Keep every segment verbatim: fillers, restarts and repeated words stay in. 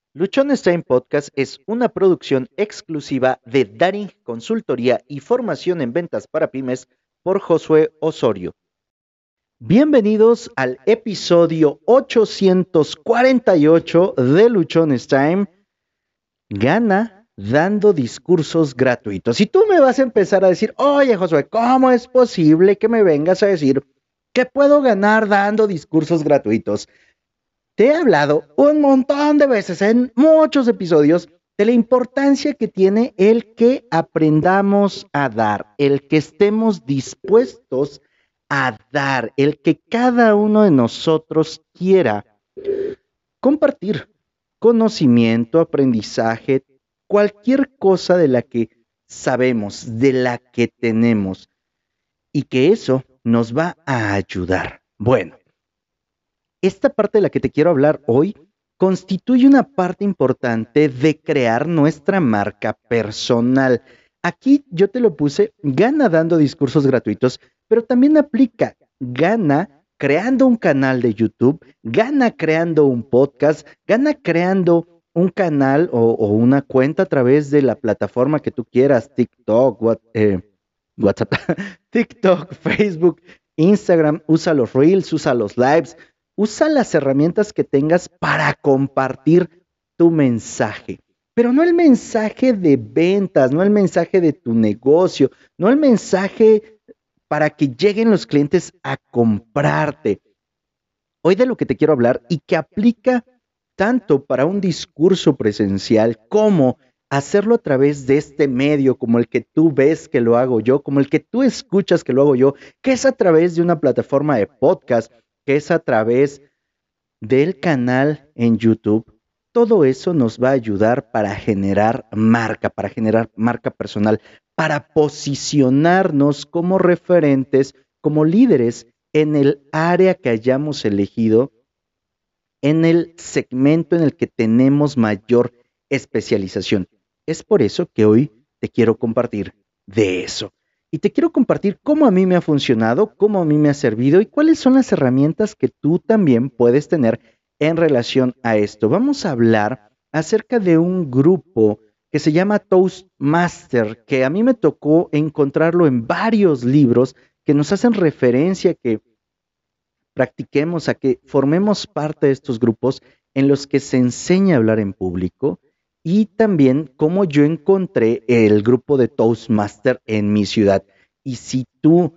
Luchones Time Podcast es una producción exclusiva de Daring Consultoría y Formación en Ventas para Pymes por Josué Osorio. Bienvenidos al episodio ochocientos cuarenta y ocho de Luchones Time. Gana dando discursos gratuitos. Y tú me vas a empezar a decir, oye Josué, ¿cómo es posible que me vengas a decir que puedo ganar dando discursos gratuitos? Te he hablado un montón de veces en muchos episodios de la importancia que tiene el que aprendamos a dar, el que estemos dispuestos a dar, el que cada uno de nosotros quiera compartir conocimiento, aprendizaje, cualquier cosa de la que sabemos, de la que tenemos, y que eso nos va a ayudar. Bueno, esta parte de la que te quiero hablar hoy constituye una parte importante de crear nuestra marca personal. Aquí yo te lo puse, gana dando discursos gratuitos, pero también aplica, gana creando un canal de YouTube, gana creando un podcast, gana creando un canal o, o una cuenta a través de la plataforma que tú quieras, TikTok, what, eh, WhatsApp, TikTok, Facebook, Instagram, usa los Reels, usa los Lives, usa las herramientas que tengas para compartir tu mensaje. Pero no el mensaje de ventas, no el mensaje de tu negocio, no el mensaje para que lleguen los clientes a comprarte. Hoy de lo que te quiero hablar y que aplica tanto para un discurso presencial como hacerlo a través de este medio, como el que tú ves que lo hago yo, como el que tú escuchas que lo hago yo, que es a través de una plataforma de podcast, que es a través del canal en YouTube. Todo eso nos va a ayudar para generar marca, para generar marca personal, para posicionarnos como referentes, como líderes en el área que hayamos elegido, en el segmento en el que tenemos mayor especialización. Es por eso que hoy te quiero compartir de eso. Y te quiero compartir cómo a mí me ha funcionado, cómo a mí me ha servido y cuáles son las herramientas que tú también puedes tener en relación a esto. Vamos a hablar acerca de un grupo que se llama Toastmaster, que a mí me tocó encontrarlo en varios libros que nos hacen referencia que practiquemos, a que formemos parte de estos grupos en los que se enseña a hablar en público y también cómo yo encontré el grupo de Toastmaster en mi ciudad. Y si tú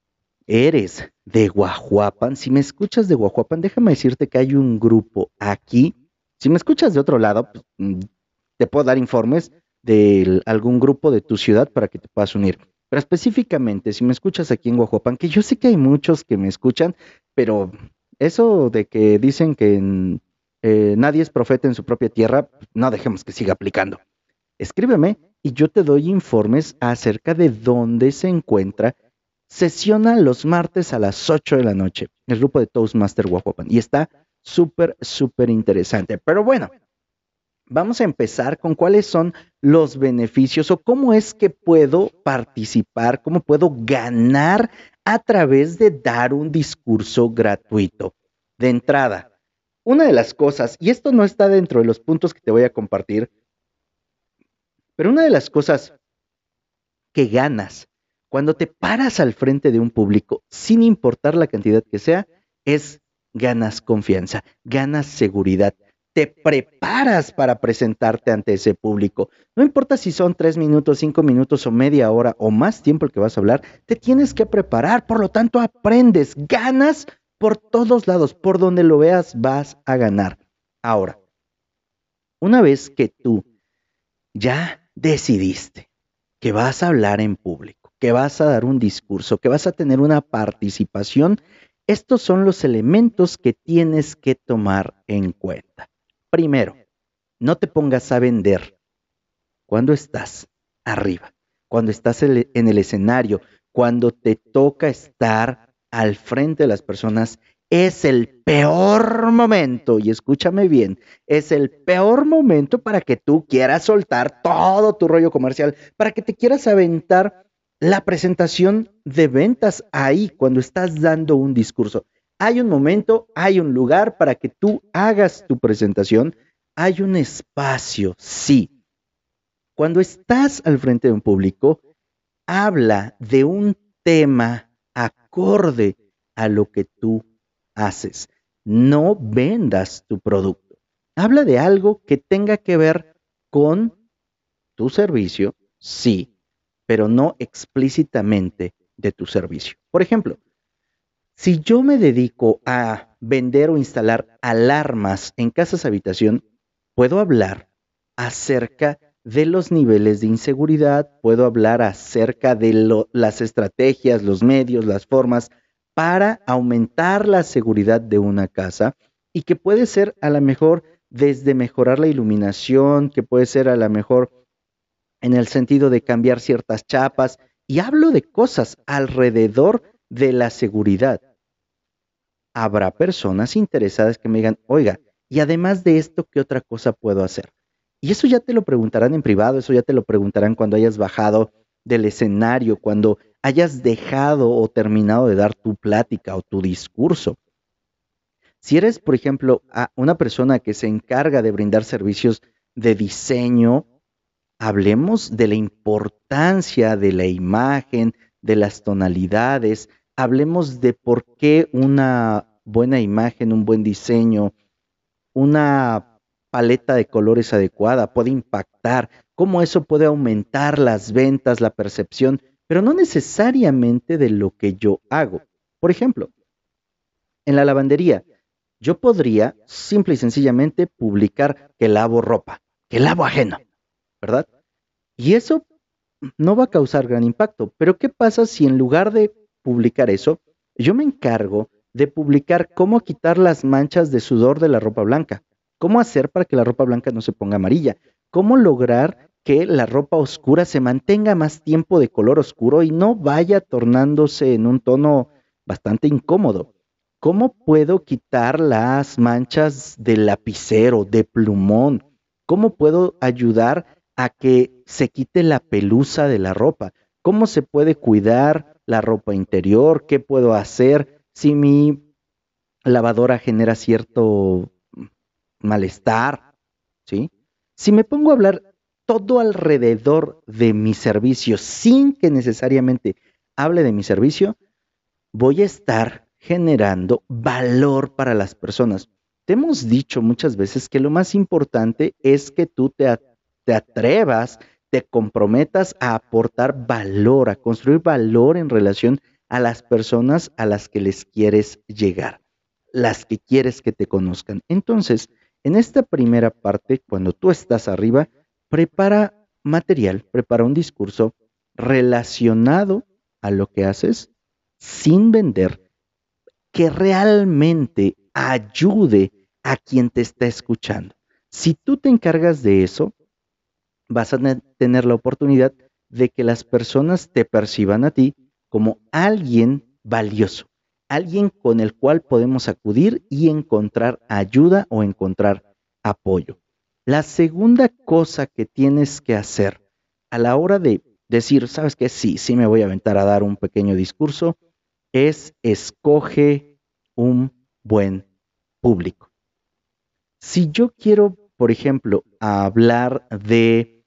eres de Guajuapan, si me escuchas de Guajuapan, déjame decirte que hay un grupo aquí. Si me escuchas de otro lado, pues, mm, te puedo dar informes de algún grupo de tu ciudad para que te puedas unir. Pero específicamente, si me escuchas aquí en Guajuapan, que yo sé que hay muchos que me escuchan, pero eso de que dicen que en- eh, nadie es profeta en su propia tierra, no dejemos que siga aplicando. Escríbeme y yo te doy informes acerca de dónde se encuentra. Sesiona los martes a las ocho de la noche, el grupo de Toastmaster Guajuapan. Y está súper, súper interesante. Pero bueno, vamos a empezar con cuáles son los beneficios o cómo es que puedo participar, cómo puedo ganar a través de dar un discurso gratuito. De entrada, una de las cosas, y esto no está dentro de los puntos que te voy a compartir, pero una de las cosas que ganas cuando te paras al frente de un público, sin importar la cantidad que sea, es ganas confianza, ganas seguridad, te preparas para presentarte ante ese público. No importa si son tres minutos, cinco minutos o media hora o más tiempo el que vas a hablar, te tienes que preparar, por lo tanto aprendes, ganas por todos lados, por donde lo veas vas a ganar. Ahora, una vez que tú ya decidiste que vas a hablar en público, que vas a dar un discurso, que vas a tener una participación, estos son los elementos que tienes que tomar en cuenta. Primero, no te pongas a vender cuando estás arriba, cuando estás en el escenario, cuando te toca estar al frente de las personas. Es el peor momento, y escúchame bien, es el peor momento para que tú quieras soltar todo tu rollo comercial, para que te quieras aventar la presentación de ventas ahí cuando estás dando un discurso. Hay un momento, hay un lugar para que tú hagas tu presentación, hay un espacio, sí. Cuando estás al frente de un público, habla de un tema acorde a lo que tú haces. No vendas tu producto. Habla de algo que tenga que ver con tu servicio, sí, pero no explícitamente de tu servicio. Por ejemplo, si yo me dedico a vender o instalar alarmas en casas habitación, puedo hablar acerca de los niveles de inseguridad, puedo hablar acerca de lo- las estrategias, los medios, las formas para aumentar la seguridad de una casa y que puede ser a lo mejor desde mejorar la iluminación, que puede ser a lo mejor en el sentido de cambiar ciertas chapas y hablo de cosas alrededor de la seguridad. Habrá personas interesadas que me digan, oiga, y además de esto, ¿qué otra cosa puedo hacer? Y eso ya te lo preguntarán en privado, eso ya te lo preguntarán cuando hayas bajado del escenario, cuando hayas dejado o terminado de dar tu plática o tu discurso. Si eres, por ejemplo, a una persona que se encarga de brindar servicios de diseño, hablemos de la importancia de la imagen, de las tonalidades, hablemos de por qué una buena imagen, un buen diseño, una paleta de colores adecuada puede impactar, cómo eso puede aumentar las ventas, la percepción, pero no necesariamente de lo que yo hago. Por ejemplo, en la lavandería, yo podría simple y sencillamente publicar que lavo ropa, que lavo ajeno, ¿verdad? Y eso no va a causar gran impacto. Pero ¿qué pasa si en lugar de publicar eso, yo me encargo de publicar cómo quitar las manchas de sudor de la ropa blanca? ¿Cómo hacer para que la ropa blanca no se ponga amarilla? ¿Cómo lograr que la ropa oscura se mantenga más tiempo de color oscuro y no vaya tornándose en un tono bastante incómodo? ¿Cómo puedo quitar las manchas de lapicero, de plumón? ¿Cómo puedo ayudar a que se quite la pelusa de la ropa? ¿Cómo se puede cuidar la ropa interior? ¿Qué puedo hacer si mi lavadora genera cierto malestar? ¿Sí? Si me pongo a hablar todo alrededor de mi servicio sin que necesariamente hable de mi servicio, voy a estar generando valor para las personas. Te hemos dicho muchas veces que lo más importante es que tú te, a- te atrevas, te comprometas a aportar valor, a construir valor en relación a las personas a las que les quieres llegar, las que quieres que te conozcan. Entonces, en esta primera parte, cuando tú estás arriba, prepara material, prepara un discurso relacionado a lo que haces sin vender, que realmente ayude a quien te está escuchando. Si tú te encargas de eso, vas a ne- tener la oportunidad de que las personas te perciban a ti como alguien valioso, alguien con el cual podemos acudir y encontrar ayuda o encontrar apoyo. La segunda cosa que tienes que hacer a la hora de decir, ¿sabes qué? Sí, sí me voy a aventar a dar un pequeño discurso, es escoge un buen público. Si yo quiero, por ejemplo, hablar de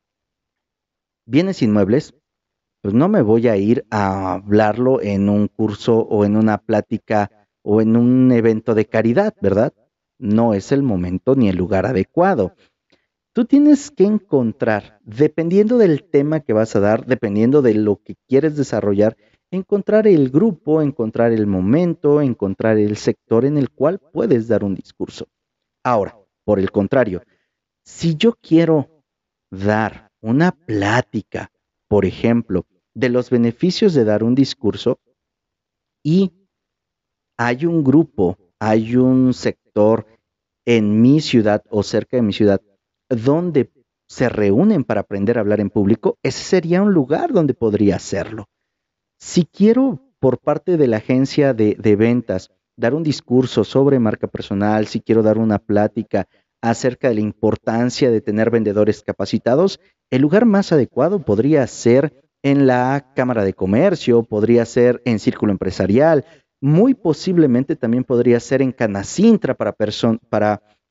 bienes inmuebles, pues no me voy a ir a hablarlo en un curso o en una plática o en un evento de caridad, ¿verdad? No es el momento ni el lugar adecuado. Tú tienes que encontrar, dependiendo del tema que vas a dar, dependiendo de lo que quieres desarrollar, encontrar el grupo, encontrar el momento, encontrar el sector en el cual puedes dar un discurso. Ahora, por el contrario, si yo quiero dar una plática, por ejemplo, de los beneficios de dar un discurso y hay un grupo, hay un sector en mi ciudad o cerca de mi ciudad donde se reúnen para aprender a hablar en público, ese sería un lugar donde podría hacerlo. Si quiero por parte de la agencia de, de ventas dar un discurso sobre marca personal, si quiero dar una plática acerca de la importancia de tener vendedores capacitados, el lugar más adecuado podría ser en la Cámara de Comercio, podría ser en Círculo Empresarial, muy posiblemente también podría ser en Canacintra para, perso- para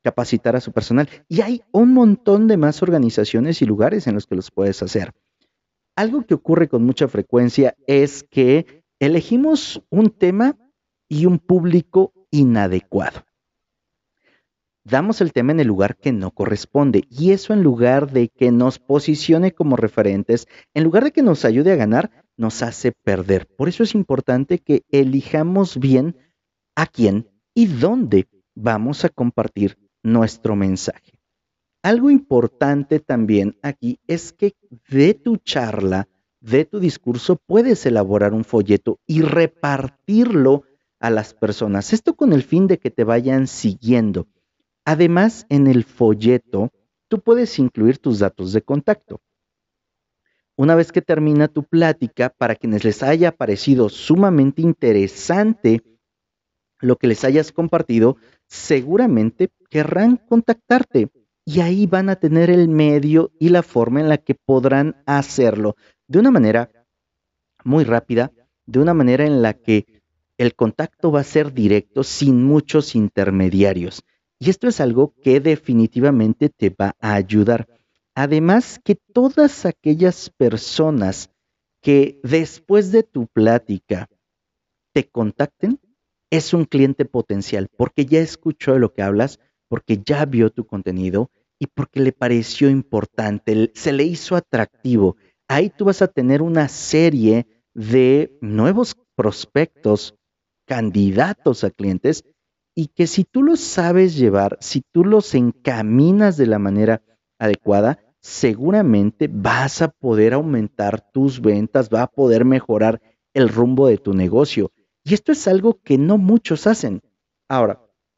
capacitar a su personal. Y hay un montón de más organizaciones y lugares en los que los puedes hacer. Algo que ocurre con mucha frecuencia es que elegimos un tema y un público inadecuado. Damos el tema en el lugar que no corresponde y eso en lugar de que nos posicione como referentes, en lugar de que nos ayude a ganar, nos hace perder. Por eso es importante que elijamos bien a quién y dónde vamos a compartir nuestro mensaje. Algo importante también aquí es que de tu charla, de tu discurso, puedes elaborar un folleto y repartirlo a las personas. Esto con el fin de que te vayan siguiendo. Además, en el folleto, tú puedes incluir tus datos de contacto. Una vez que termina tu plática, para quienes les haya parecido sumamente interesante lo que les hayas compartido, seguramente querrán contactarte y ahí van a tener el medio y la forma en la que podrán hacerlo de una manera muy rápida, de una manera en la que el contacto va a ser directo sin muchos intermediarios. Y esto es algo que definitivamente te va a ayudar. Además, que todas aquellas personas que después de tu plática te contacten, es un cliente potencial, porque ya escuchó de lo que hablas, porque ya vio tu contenido y porque le pareció importante, se le hizo atractivo. Ahí tú vas a tener una serie de nuevos prospectos, candidatos a clientes, y que si tú los sabes llevar, si tú los encaminas de la manera adecuada, seguramente vas a poder aumentar tus ventas, va a poder mejorar el rumbo de tu negocio. Y esto es algo que no muchos hacen. Ahora,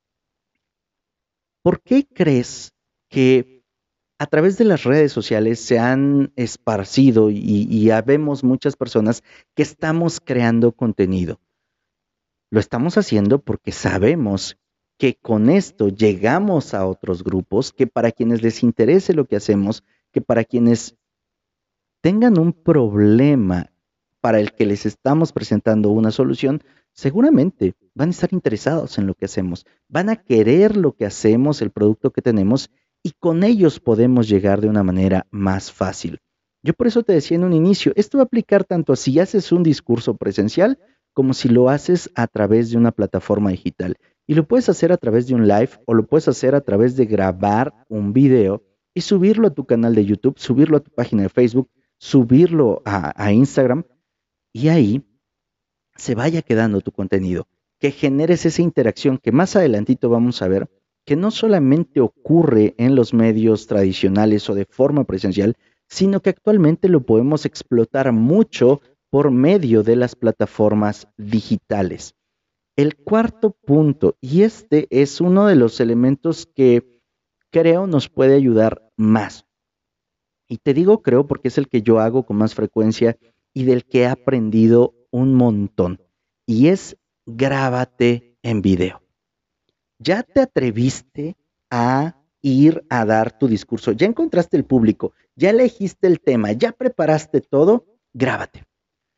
¿por qué crees que a través de las redes sociales se han esparcido y, y ya vemos muchas personas que estamos creando contenido? Lo estamos haciendo porque sabemos que con esto llegamos a otros grupos, que para quienes les interese lo que hacemos, que para quienes tengan un problema para el que les estamos presentando una solución, seguramente van a estar interesados en lo que hacemos, van a querer lo que hacemos, el producto que tenemos, y con ellos podemos llegar de una manera más fácil. Yo por eso te decía en un inicio, esto va a aplicar tanto a si haces un discurso presencial como si lo haces a través de una plataforma digital. Y lo puedes hacer a través de un live o lo puedes hacer a través de grabar un video y subirlo a tu canal de YouTube, subirlo a tu página de Facebook, subirlo a, a Instagram, y ahí se vaya quedando tu contenido, que generes esa interacción que más adelantito vamos a ver, que no solamente ocurre en los medios tradicionales o de forma presencial, sino que actualmente lo podemos explotar mucho por medio de las plataformas digitales. El cuarto punto, y este es uno de los elementos que creo nos puede ayudar más. Y te digo creo porque es el que yo hago con más frecuencia y del que he aprendido un montón. Y es grábate en video. ¿Ya te atreviste a ir a dar tu discurso? ¿Ya encontraste el público? ¿Ya elegiste el tema? ¿Ya preparaste todo? Grábate.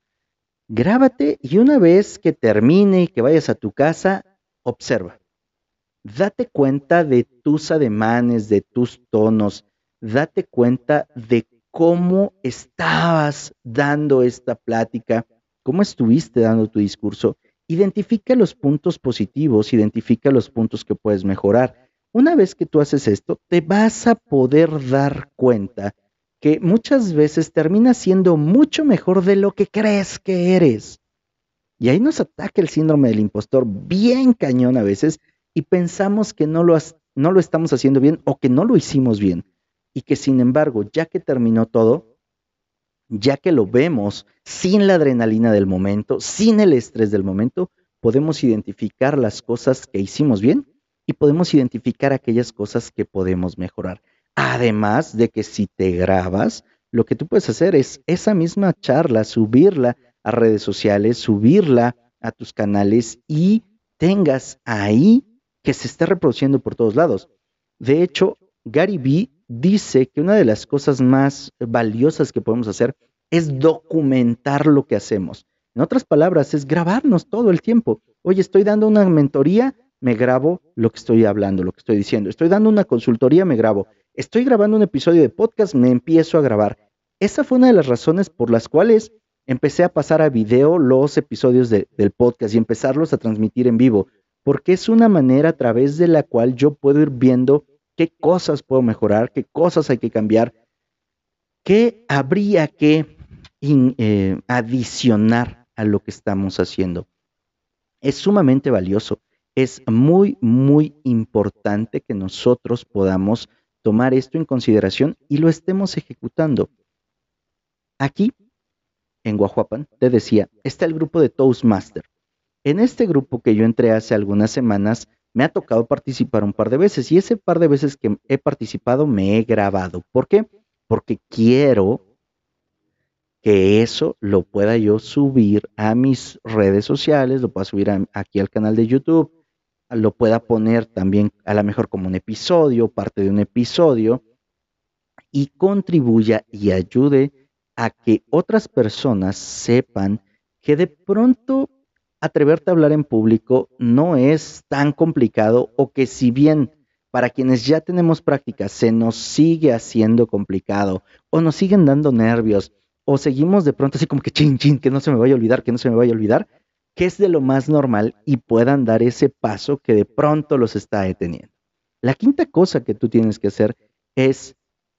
Grábate y una vez que termine y que vayas a tu casa, observa. Date cuenta de tus ademanes, de tus tonos. Date cuenta de cómo estabas dando esta plática, cómo estuviste dando tu discurso. Identifica los puntos positivos, identifica los puntos que puedes mejorar. Una vez que tú haces esto, te vas a poder dar cuenta que muchas veces termina siendo mucho mejor de lo que crees que eres. Y ahí nos ataca el síndrome del impostor bien cañón a veces y pensamos que no lo, has, no lo estamos haciendo bien o que no lo hicimos bien. Y que sin embargo, ya que terminó todo, ya que lo vemos sin la adrenalina del momento, sin el estrés del momento, podemos identificar las cosas que hicimos bien y podemos identificar aquellas cosas que podemos mejorar. Además de que si te grabas, lo que tú puedes hacer es esa misma charla, subirla a redes sociales, subirla a tus canales y tengas ahí que se esté reproduciendo por todos lados. De hecho, Gary Vee dice que una de las cosas más valiosas que podemos hacer es documentar lo que hacemos. En otras palabras, es grabarnos todo el tiempo. Oye, estoy dando una mentoría, me grabo lo que estoy hablando, lo que estoy diciendo. Estoy dando una consultoría, me grabo. Estoy grabando un episodio de podcast, me empiezo a grabar. Esa fue una de las razones por las cuales empecé a pasar a video los episodios de, del podcast y empezarlos a transmitir en vivo, porque es una manera a través de la cual yo puedo ir viendo qué cosas puedo mejorar, qué cosas hay que cambiar, qué habría que in, eh, adicionar a lo que estamos haciendo. Es sumamente valioso. Es muy, muy importante que nosotros podamos tomar esto en consideración y lo estemos ejecutando. Aquí, en Guajuapan, te decía, está el grupo de Toastmaster. En este grupo que yo entré hace algunas semanas, me ha tocado participar un par de veces y ese par de veces que he participado me he grabado. ¿Por qué? Porque quiero que eso lo pueda yo subir a mis redes sociales, lo pueda subir a, aquí al canal de YouTube, lo pueda poner también a lo mejor como un episodio, parte de un episodio, y contribuya y ayude a que otras personas sepan que de pronto atreverte a hablar en público no es tan complicado o que si bien para quienes ya tenemos práctica se nos sigue haciendo complicado o nos siguen dando nervios o seguimos de pronto así como que chin, chin, que no se me vaya a olvidar, que no se me vaya a olvidar, que es de lo más normal y puedan dar ese paso que de pronto los está deteniendo. La quinta cosa que tú tienes que hacer es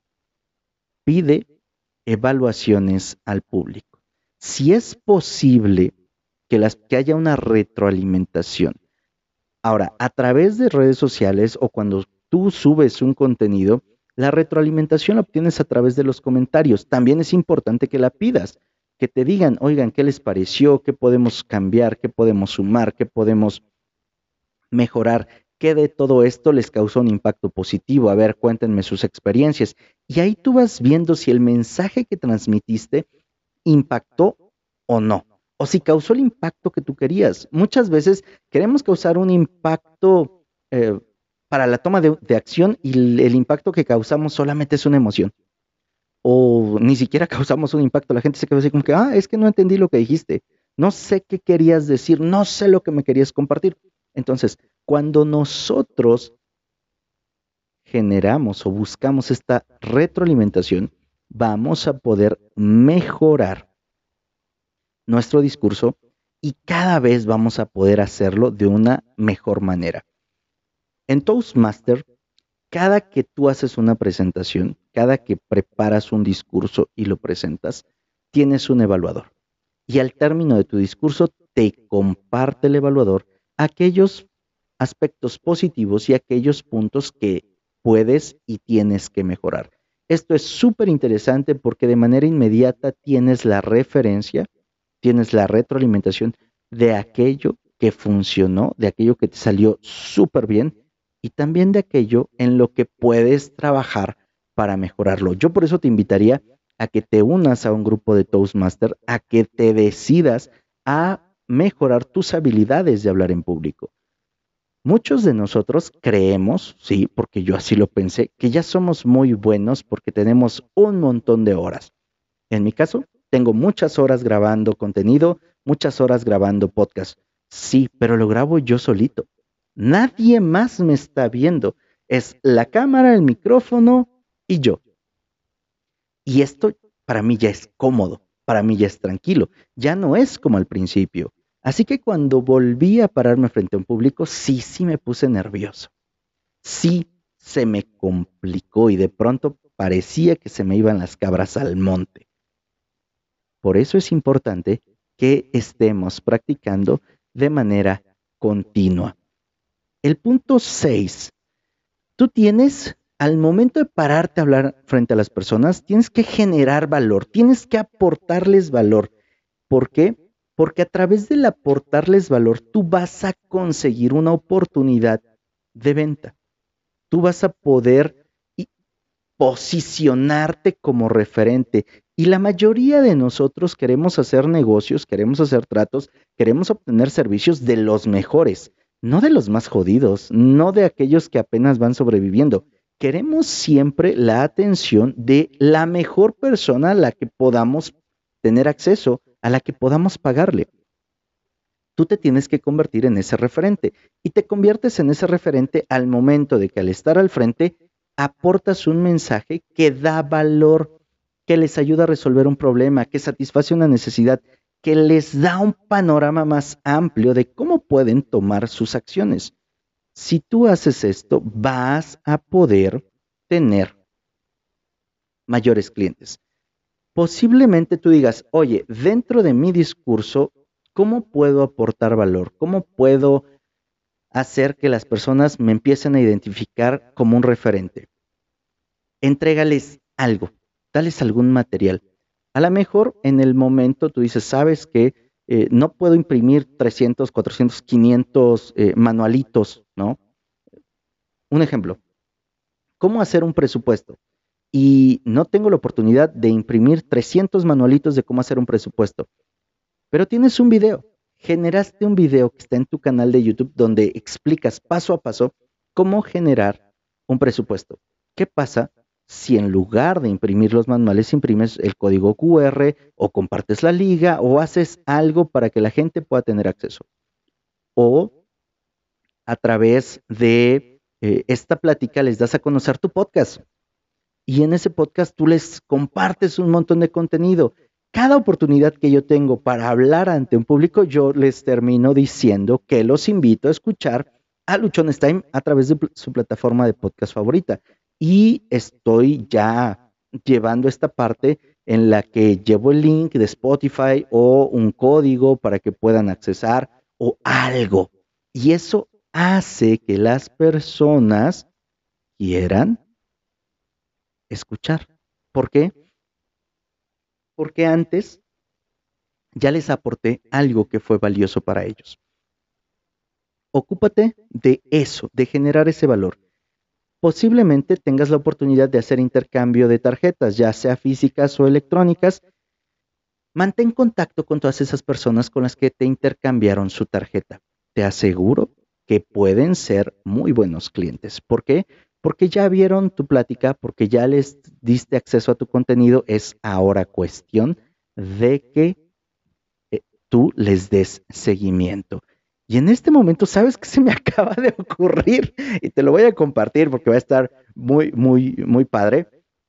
pide evaluaciones al público. Si es posible que, las, que haya una retroalimentación. Ahora, a través de redes sociales o cuando tú subes un contenido, la retroalimentación la obtienes a través de los comentarios. También es importante que la pidas, que te digan, oigan, ¿qué les pareció? ¿Qué podemos cambiar? ¿Qué podemos sumar? ¿Qué podemos mejorar? ¿Qué de todo esto les causó un impacto positivo? A ver, cuéntenme sus experiencias. Y ahí tú vas viendo si el mensaje que transmitiste impactó o no, o si causó el impacto que tú querías. Muchas veces queremos causar un impacto eh, para la toma de, de acción y el, el impacto que causamos solamente es una emoción. O ni siquiera causamos un impacto. La gente se queda así como que, ah, es que no entendí lo que dijiste. No sé qué querías decir, no sé lo que me querías compartir. Entonces, cuando nosotros generamos o buscamos esta retroalimentación, vamos a poder mejorar nuestro discurso y cada vez vamos a poder hacerlo de una mejor manera. En Toastmaster, cada que tú haces una presentación, cada que preparas un discurso y lo presentas, tienes un evaluador. Y al término de tu discurso te comparte el evaluador aquellos aspectos positivos y aquellos puntos que puedes y tienes que mejorar. Esto es súper interesante porque de manera inmediata tienes la referencia, tienes la retroalimentación de aquello que funcionó, de aquello que te salió súper bien y también de aquello en lo que puedes trabajar para mejorarlo. Yo por eso te invitaría a que te unas a un grupo de Toastmaster, a que te decidas a mejorar tus habilidades de hablar en público. Muchos de nosotros creemos, sí, porque yo así lo pensé, que ya somos muy buenos porque tenemos un montón de horas. En mi caso, tengo muchas horas grabando contenido, muchas horas grabando podcast. Sí, pero lo grabo yo solito. Nadie más me está viendo. Es la cámara, el micrófono y yo. Y esto para mí ya es cómodo, para mí ya es tranquilo. Ya no es como al principio. Así que cuando volví a pararme frente a un público, sí, sí me puse nervioso. Sí se me complicó y de pronto parecía que se me iban las cabras al monte. Por eso es importante que estemos practicando de manera continua. El punto seis. Tú tienes, al momento de pararte a hablar frente a las personas, tienes que generar valor, tienes que aportarles valor. ¿Por qué? Porque a través del aportarles valor, tú vas a conseguir una oportunidad de venta. Tú vas a poder posicionarte como referente. Y la mayoría de nosotros queremos hacer negocios, queremos hacer tratos, queremos obtener servicios de los mejores, no de los más jodidos, no de aquellos que apenas van sobreviviendo. Queremos siempre la atención de la mejor persona a la que podamos tener acceso, a la que podamos pagarle. tú te tienes que convertir en ese referente y te conviertes en ese referente al momento de que al estar al frente aportas un mensaje que da valor, que les ayuda a resolver un problema, que satisface una necesidad, que les da un panorama más amplio de cómo pueden tomar sus acciones. Si tú haces esto, vas a poder tener mayores clientes. Posiblemente tú digas, oye, dentro de mi discurso, ¿cómo puedo aportar valor? ¿Cómo puedo hacer que las personas me empiecen a identificar como un referente? Entrégales algo, dales algún material. A lo mejor en el momento tú dices, sabes que eh, no puedo imprimir trescientos, cuatrocientos, quinientos eh, manualitos, ¿no? Un ejemplo, ¿cómo hacer un presupuesto? Y no tengo la oportunidad de imprimir trescientos manualitos de cómo hacer un presupuesto. Pero tienes un video, generaste un video que está en tu canal de YouTube donde explicas paso a paso cómo generar un presupuesto. ¿Qué pasa si en lugar de imprimir los manuales imprimes el código Q R o compartes la liga o haces algo para que la gente pueda tener acceso? O a través de eh, esta plática les das a conocer tu podcast. Y en ese podcast tú les compartes un montón de contenido. Cada oportunidad que yo tengo para hablar ante un público, yo les termino diciendo que los invito a escuchar a Luchones Time a través de su plataforma de podcast favorita. Y estoy ya llevando esta parte en la que llevo el link de Spotify o un código para que puedan accesar o algo. Y eso hace que las personas quieran escuchar. ¿Por qué? Porque antes ya les aporté algo que fue valioso para ellos. Ocúpate de eso, de generar ese valor. Posiblemente tengas la oportunidad de hacer intercambio de tarjetas, ya sea físicas o electrónicas. Mantén contacto con todas esas personas con las que te intercambiaron su tarjeta. Te aseguro que pueden ser muy buenos clientes. ¿Por qué? Porque ya vieron tu plática, porque ya les diste acceso a tu contenido. Es ahora cuestión de que eh, tú les des seguimiento. Y en este momento, ¿sabes qué se me acaba de ocurrir? Y te lo voy a compartir porque va a estar muy, muy, muy padre.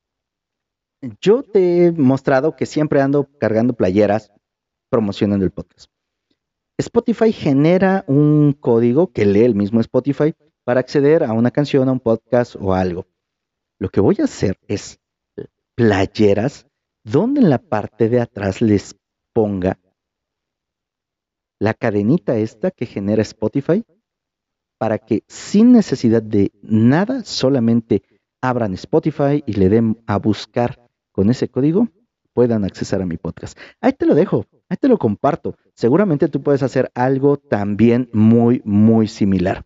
Yo te he mostrado que siempre ando cargando playeras promocionando el podcast. Spotify genera un código que lee el mismo Spotify para acceder a una canción, a un podcast o a algo. Lo que voy a hacer es playeras donde en la parte de atrás les ponga la cadenita esta que genera Spotify para que sin necesidad de nada, solamente abran Spotify y le den a buscar con ese código, puedan accesar a mi podcast. Ahí te lo dejo, ahí te lo comparto. Seguramente tú puedes hacer algo también muy, muy similar.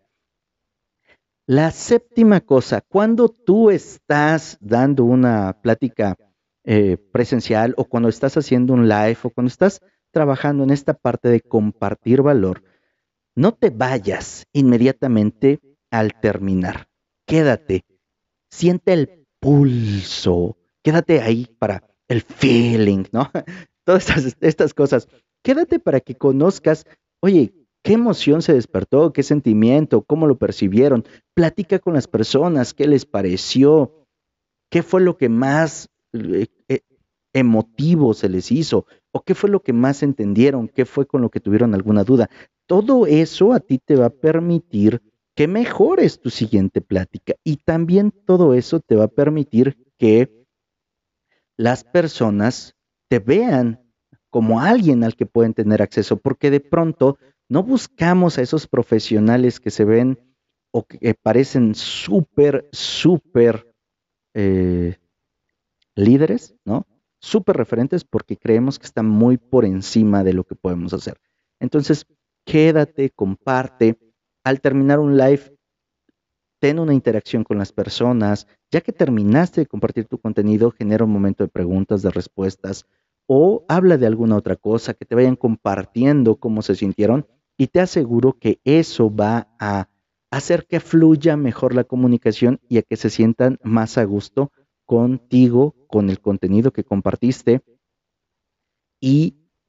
La séptima cosa, cuando tú estás dando una plática eh, presencial o cuando estás haciendo un live o cuando estás trabajando en esta parte de compartir valor, no te vayas inmediatamente al terminar. Quédate, siente el pulso, quédate ahí para el feeling, ¿no? Todas estas, estas cosas. Quédate para que conozcas, oye, qué emoción se despertó, qué sentimiento, cómo lo percibieron. Platica con las personas, qué les pareció, qué fue lo que más eh, eh, emotivo se les hizo, o qué fue lo que más entendieron, qué fue con lo que tuvieron alguna duda. Todo eso a ti te va a permitir que mejores tu siguiente plática y también todo eso te va a permitir que las personas te vean como alguien al que pueden tener acceso, porque de pronto no buscamos a esos profesionales que se ven o que parecen súper, súper eh, líderes, ¿no? Súper referentes porque creemos que están muy por encima de lo que podemos hacer. Entonces, quédate, comparte. Al terminar un live, ten una interacción con las personas. Ya que terminaste de compartir tu contenido, genera un momento de preguntas, de respuestas, o habla de alguna otra cosa, que te vayan compartiendo cómo se sintieron, y te aseguro que eso va a hacer que fluya mejor la comunicación y a que se sientan más a gusto contigo, con el contenido que compartiste, y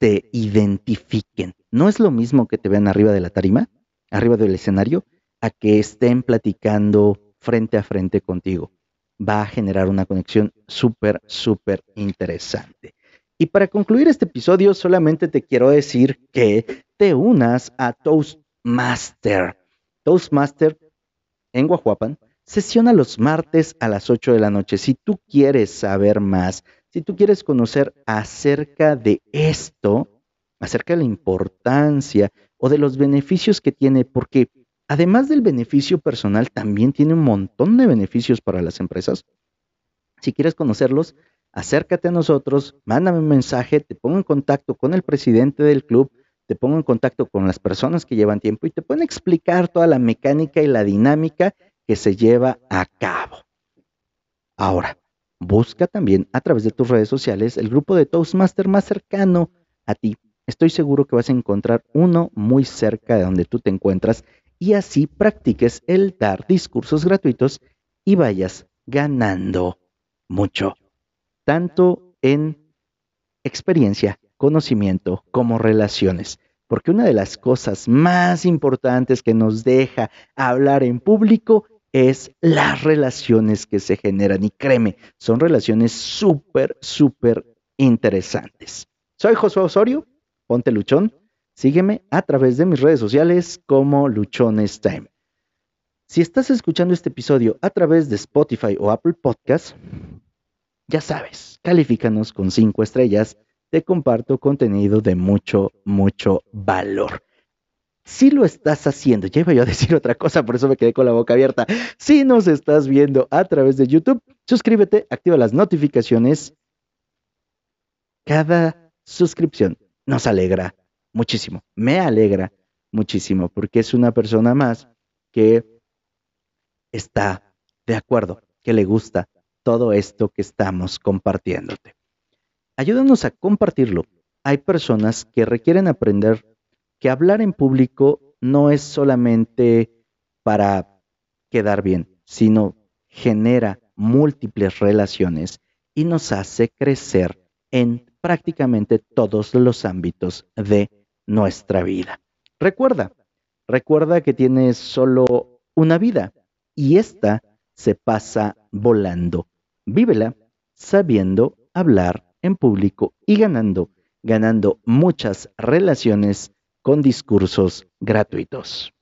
te identifiquen. No es lo mismo que te vean arriba de la tarima, arriba del escenario, a que estén platicando frente a frente contigo. Va a generar una conexión súper, súper interesante. Y para concluir este episodio, solamente te quiero decir que te unas a Toastmaster. Toastmaster en Guajuapan sesiona los martes a las ocho de la noche. Si tú quieres saber más, si tú quieres conocer acerca de esto, acerca de la importancia o de los beneficios que tiene, porque además del beneficio personal, también tiene un montón de beneficios para las empresas. Si quieres conocerlos, acércate a nosotros, mándame un mensaje, te pongo en contacto con el presidente del club, te pongo en contacto con las personas que llevan tiempo y te pueden explicar toda la mecánica y la dinámica que se lleva a cabo. Ahora, busca también a través de tus redes sociales el grupo de Toastmaster más cercano a ti. Estoy seguro que vas a encontrar uno muy cerca de donde tú te encuentras y así practiques el dar discursos gratuitos y vayas ganando mucho, tanto en experiencia, conocimiento como relaciones. Porque una de las cosas más importantes que nos deja hablar en público es las relaciones que se generan. Y créeme, son relaciones súper, súper interesantes. Soy Josué Osorio, ponte luchón. Sígueme a través de mis redes sociales como Luchones Time. Si estás escuchando este episodio a través de Spotify o Apple Podcasts, ya sabes, califícanos con cinco estrellas. Te comparto contenido de mucho, mucho valor. Si lo estás haciendo, ya iba yo a decir otra cosa, por eso me quedé con la boca abierta. Si nos estás viendo a través de YouTube, suscríbete, activa las notificaciones. Cada suscripción nos alegra muchísimo, me alegra muchísimo, porque es una persona más que está de acuerdo, que le gusta todo esto que estamos compartiéndote. Ayúdanos a compartirlo. Hay personas que requieren aprender que hablar en público no es solamente para quedar bien, sino genera múltiples relaciones y nos hace crecer en prácticamente todos los ámbitos de nuestra vida. Recuerda, recuerda que tienes solo una vida y esta se pasa volando. Vívela sabiendo hablar en público y ganando, ganando muchas relaciones con discursos gratuitos.